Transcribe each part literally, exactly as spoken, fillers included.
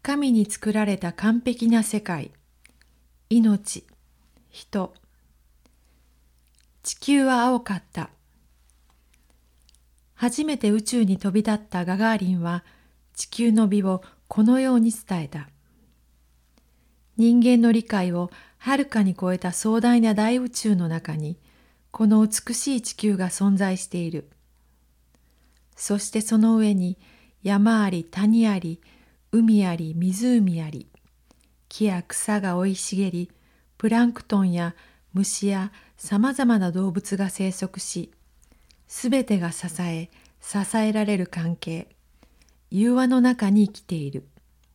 神に作られた完璧な世界、命、人。地球は青かった。初めて宇宙に飛び立ったガガーリンは地球の美をこのように伝えた。人間の理解をはるかに超えた壮大な大宇宙の中にこの美しい地球が存在している。そしてその上に山あり谷あり海あり湖あり、木や草が生い茂り、プランクトンや虫やさまざまな動物が生息し、すべてが支え、支えられる関係、融和の中に生きている。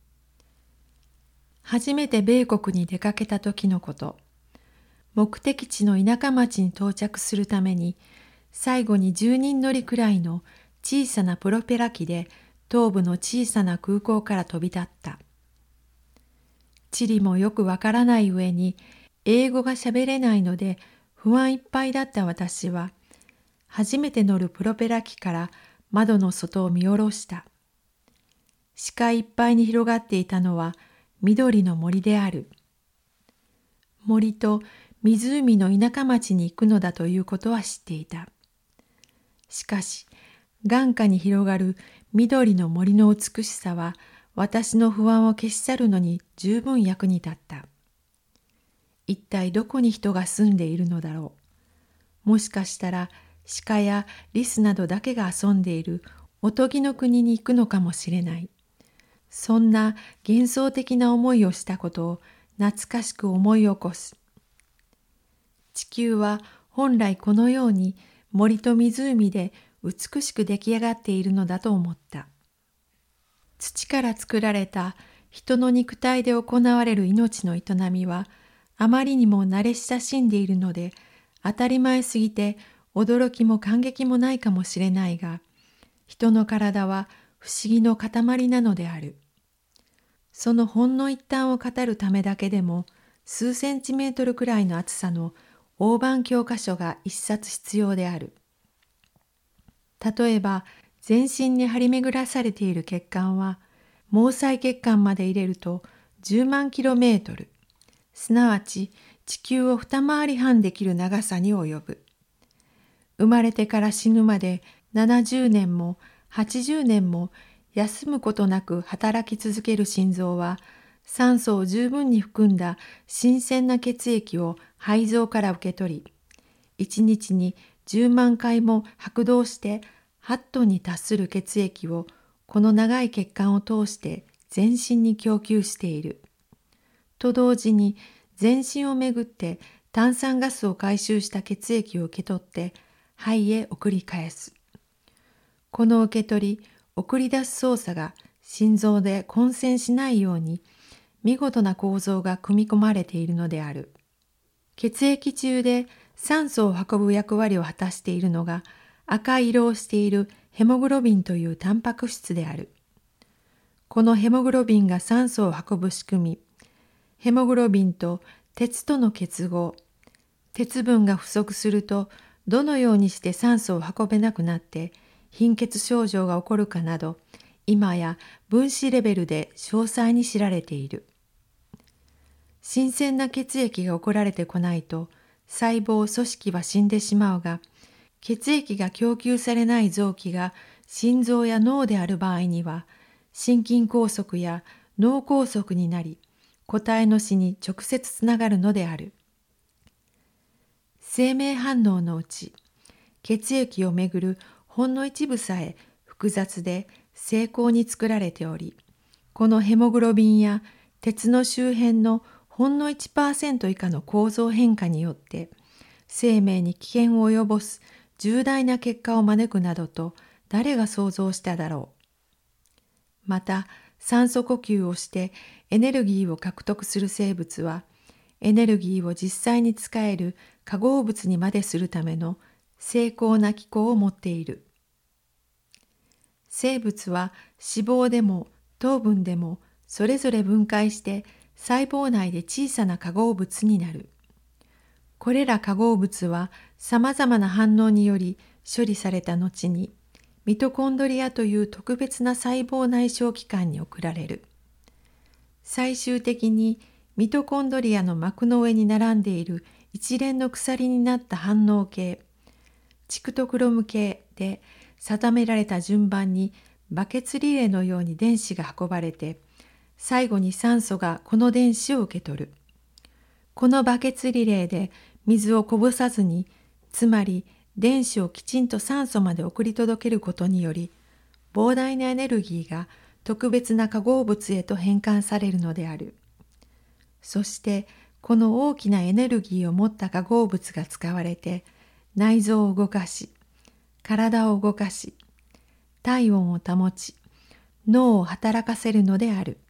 初めて米国に出かけた時のこと、目的地の田舎町に到着するために、最後にじゅうにん乗りくらいの小さなプロペラ機で東部の小さな空港から飛び立った。地理もよくわからない上に英語が喋れないので不安いっぱいだった私は、初めて乗るプロペラ機から窓の外を見下ろした。視界いっぱいに広がっていたのは緑の森である。森と湖の田舎町に行くのだということは知っていた。しかし、眼下に広がる緑の森の美しさは私の不安を消し去るのに十分役に立った。一体どこに人が住んでいるのだろう。もしかしたら鹿やリスなどだけが遊んでいるおとぎの国に行くのかもしれない。そんな幻想的な思いをしたことを懐かしく思い起こす。地球は本来このように森と湖で美しく出来上がっているのだと思った。土から作られた人の肉体で行われる命の営みはあまりにも慣れ親しんでいるので当たり前すぎて驚きも感激もないかもしれないが、人の体は不思議の塊なのである。そのほんの一端を語るためだけでも数センチメートルくらいの厚さの大判教科書が一冊必要である。例えば全身に張り巡らされている血管は毛細血管まで入れるとじゅうまんキロメートル、すなわち地球を二回り半できる長さに及ぶ。生まれてから死ぬまでななじゅうねんもはちじゅうねんも休むことなく働き続ける心臓は酸素を十分に含んだ新鮮な血液を肺臓から受け取り、いちにちにじゅうまんかいも拍動してはちトンに達する血液をこの長い血管を通して全身に供給している。と同時に全身をめぐって炭酸ガスを回収した血液を受け取って肺へ送り返す。この受け取り、送り出す操作が心臓で混戦しないように見事な構造が組み込まれているのである。血液中で酸素を運ぶ役割を果たしているのが赤い色をしているヘモグロビンというタンパク質である。このヘモグロビンが酸素を運ぶ仕組み、ヘモグロビンと鉄との結合、鉄分が不足するとどのようにして酸素を運べなくなって貧血症状が起こるかなど、今や分子レベルで詳細に知られている。新鮮な血液が送られてこないと細胞組織は死んでしまうが、血液が供給されない臓器が心臓や脳である場合には、心筋梗塞や脳梗塞になり、個体の死に直接つながるのである。生命反応のうち、血液をめぐるほんの一部さえ複雑で精巧に作られており、このヘモグロビンや鉄の周辺のほんの いちパーセント 以下の構造変化によって生命に危険を及ぼす重大な結果を招くなどと誰が想像しただろう。また酸素呼吸をしてエネルギーを獲得する生物はエネルギーを実際に使える化合物にまでするための精巧な機構を持っている。生物は脂肪でも糖分でもそれぞれ分解して細胞内で小さな化合物になる。これら化合物はさまざまな反応により処理された後にミトコンドリアという特別な細胞内小器官に送られる。 最終的にミトコンドリアの膜の上に並んでいる一連の鎖になった反応系、チクトクロム系で定められた順番にバケツリレーのように電子が運ばれて、最後に酸素がこの電子を受け取る。このバケツリレーで水をこぼさずに、つまり電子をきちんと酸素まで送り届けることにより、膨大なエネルギーが特別な化合物へと変換されるのである。そしてこの大きなエネルギーを持った化合物が使われて、内臓を動かし、体を動かし、体温を保ち、脳を働かせるのである。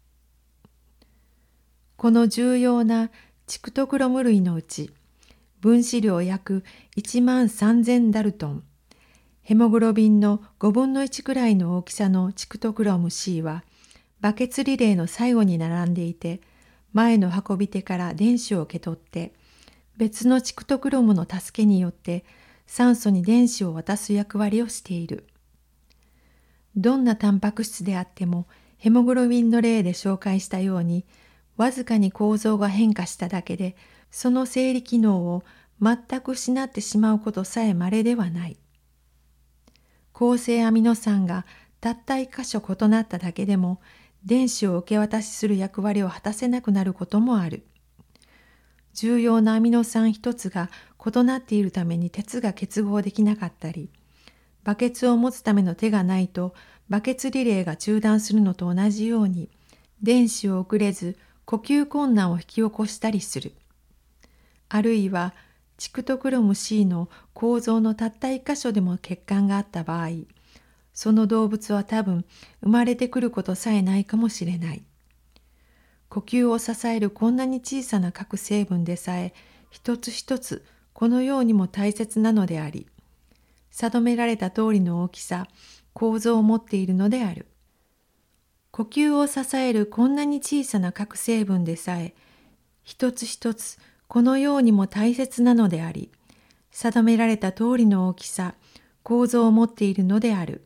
この重要なチクトクロム類のうち、分子量約いちまんさんぜんダルトン、ヘモグロビンのごぶんのいちくらいの大きさのチクトクロム C は、バケツリレーの最後に並んでいて、前の運び手から電子を受け取って、別のチクトクロムの助けによって酸素に電子を渡す役割をしている。どんなタンパク質であっても、ヘモグロビンの例で紹介したように、わずかに構造が変化しただけで、その生理機能を全く失ってしまうことさえ稀ではない。構成アミノ酸がたった一箇所異なっただけでも、電子を受け渡しする役割を果たせなくなることもある。重要なアミノ酸一つが異なっているために鉄が結合できなかったり、バケツを持つための手がないとバケツリレーが中断するのと同じように、電子を送れず呼吸困難を引き起こしたりする。あるいはチクトクロム C の構造のたった一箇所でも欠陥があった場合、その動物は多分生まれてくることさえないかもしれない。呼吸を支えるこんなに小さな核成分でさえ、一つ一つこのようにも大切なのであり、定められた通りの大きさ、構造を持っているのである。呼吸を支えるこんなに小さな核成分でさえ、一つ一つこのようにも大切なのであり、定められた通りの大きさ、構造を持っているのである。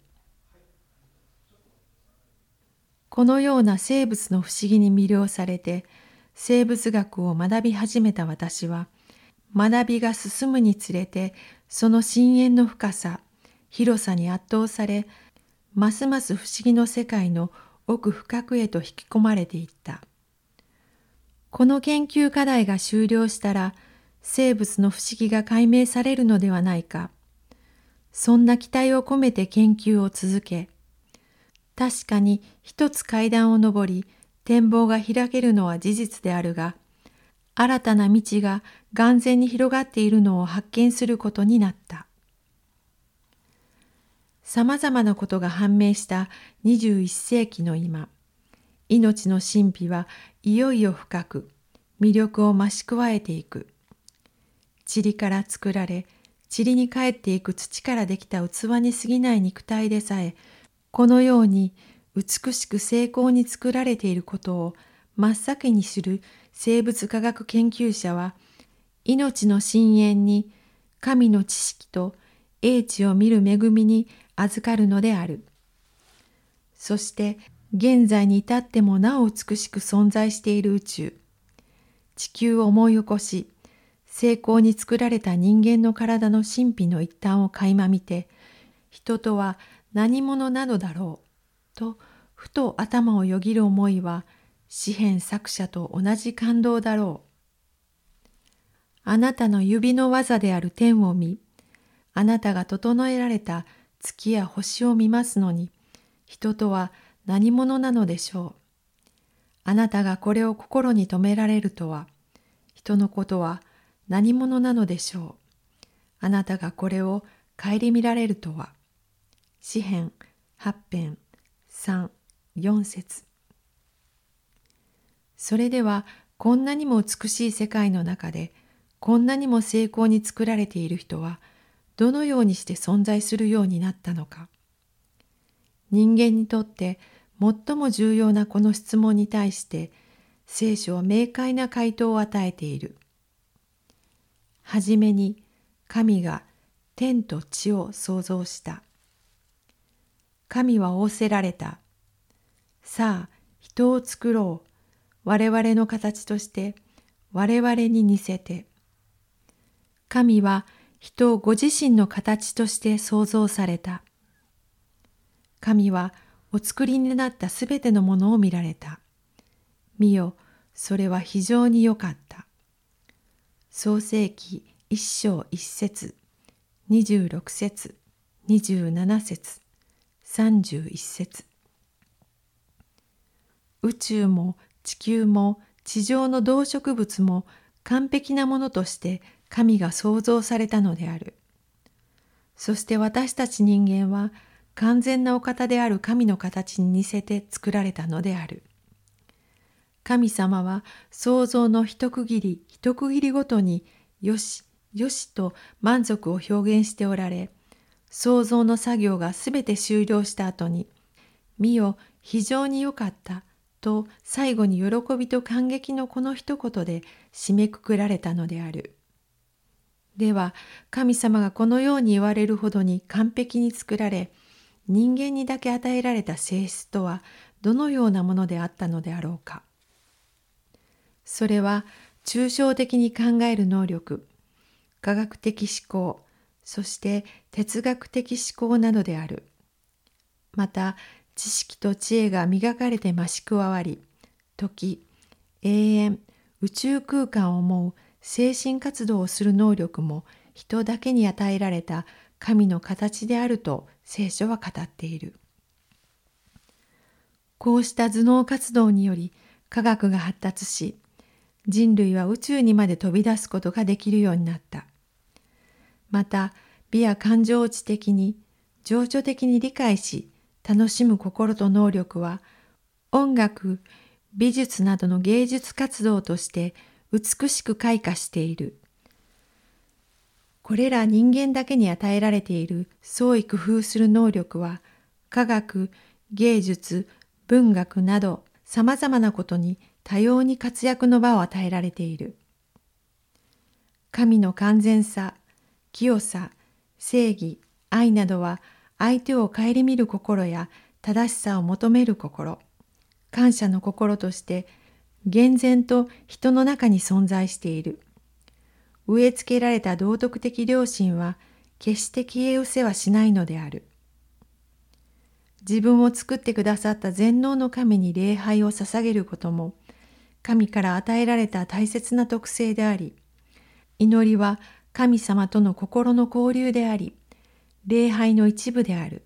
このような生物の不思議に魅了されて、生物学を学び始めた私は、学びが進むにつれて、その深淵の深さ、広さに圧倒され、ますます不思議の世界の奥深くへと引き込まれていった。この研究課題が終了したら、生物の不思議が解明されるのではないか。そんな期待を込めて研究を続け、確かに一つ階段を上り、展望が開けるのは事実であるが、新たな道が眼前に広がっているのを発見することになった。さまざまなことが判明したにじゅういっせいきの今、命の神秘はいよいよ深く魅力を増し加えていく。塵から作られ、塵に帰っていく土からできた器に過ぎない肉体でさえ、このように美しく精巧に作られていることを真っ先に知る生物科学研究者は、命の深淵に神の知識と英知を見る恵みに預かるのである。そして現在に至ってもなお美しく存在している宇宙、地球を思い起こし、精巧に作られた人間の体の神秘の一端を垣間見て、人とは何者なのだろうとふと頭をよぎる思いは、詩編作者と同じ感動だろう。あなたの指の技である天を見、あなたが整えられた月や星を見ますのに、人とは何者なのでしょう。あなたがこれを心に留められるとは、人のことは何者なのでしょう。あなたがこれを顧みられるとは。詩編はち編さん、よん節。それではこんなにも美しい世界の中で、こんなにも精巧に作られている人は、どのようにして存在するようになったのか。人間にとって最も重要なこの質問に対して、聖書は明快な回答を与えている。はじめに神が天と地を創造した。神は仰せられた。さあ、人を作ろう。 我々の形として我々に似せて。神は人をご自身の形として創造された。神はお作りになったすべてのものを見られた。見よ、それは非常に良かった。創世記一章一節、二十六節、二十七節、三十一節。宇宙も地球も地上の動植物も完璧なものとして神が創造されたのである。そして私たち人間は完全なお方である神の形に似せて作られたのである。神様は創造の一区切り一区切りごとによしよしと満足を表現しておられ、創造の作業がすべて終了した後に、見よ非常に良かったと最後に喜びと感激のこの一言で締めくくられたのである。では神様がこのように言われるほどに完璧に作られ、人間にだけ与えられた性質とはどのようなものであったのであろうか。それは抽象的に考える能力、科学的思考、そして哲学的思考などである。また知識と知恵が磨かれて増し加わり、時、永遠、宇宙空間を思う精神活動をする能力も人だけに与えられた神の形であると聖書は語っている。こうした頭脳活動により科学が発達し、人類は宇宙にまで飛び出すことができるようになった。また、美や感情を知的に、情緒的に理解し、楽しむ心と能力は、音楽、美術などの芸術活動として美しく開花している。これら人間だけに与えられている創意工夫する能力は、科学、芸術、文学など様々なことに多様に活躍の場を与えられている。神の完全さ、清さ、正義、愛などは相手を顧みる心や正しさを求める心、感謝の心として厳然と人の中に存在している。植え付けられた道徳的良心は決して消え失せはしないのである。自分を作ってくださった全能の神に礼拝を捧げることも神から与えられた大切な特性であり、祈りは神様との心の交流であり、礼拝の一部である。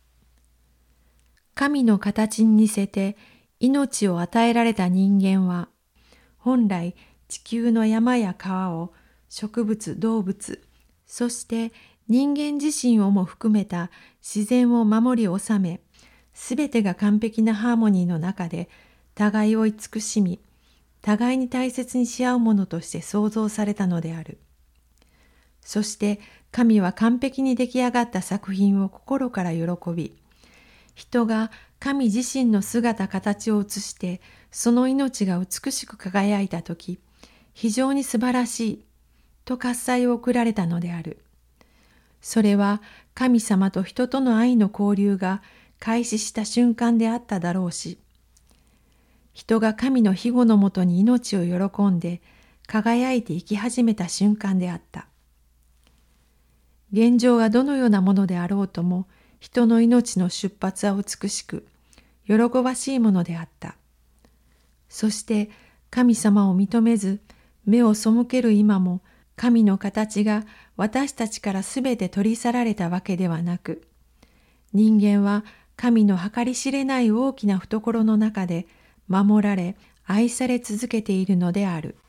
神の形に似せて命を与えられた人間は、本来地球の山や川を植物、動物、そして人間自身をも含めた自然を守り治め、すべてが完璧なハーモニーの中で互いを慈しみ、互いに大切にし合うものとして創造されたのである。そして神は完璧に出来上がった作品を心から喜び、人が神自身の姿形を映してその命が美しく輝いたとき、非常に素晴らしいと喝采を送られたのである。それは神様と人との愛の交流が開始した瞬間であっただろうし、人が神の庇護のもとに命を喜んで輝いて生き始めた瞬間であった。現状がどのようなものであろうとも、人の命の出発は美しく、喜ばしいものであった。そして神様を認めず、目を背ける今も、神の形が私たちからすべて取り去られたわけではなく、人間は神の計り知れない大きな懐の中で守られ、愛され続けているのである。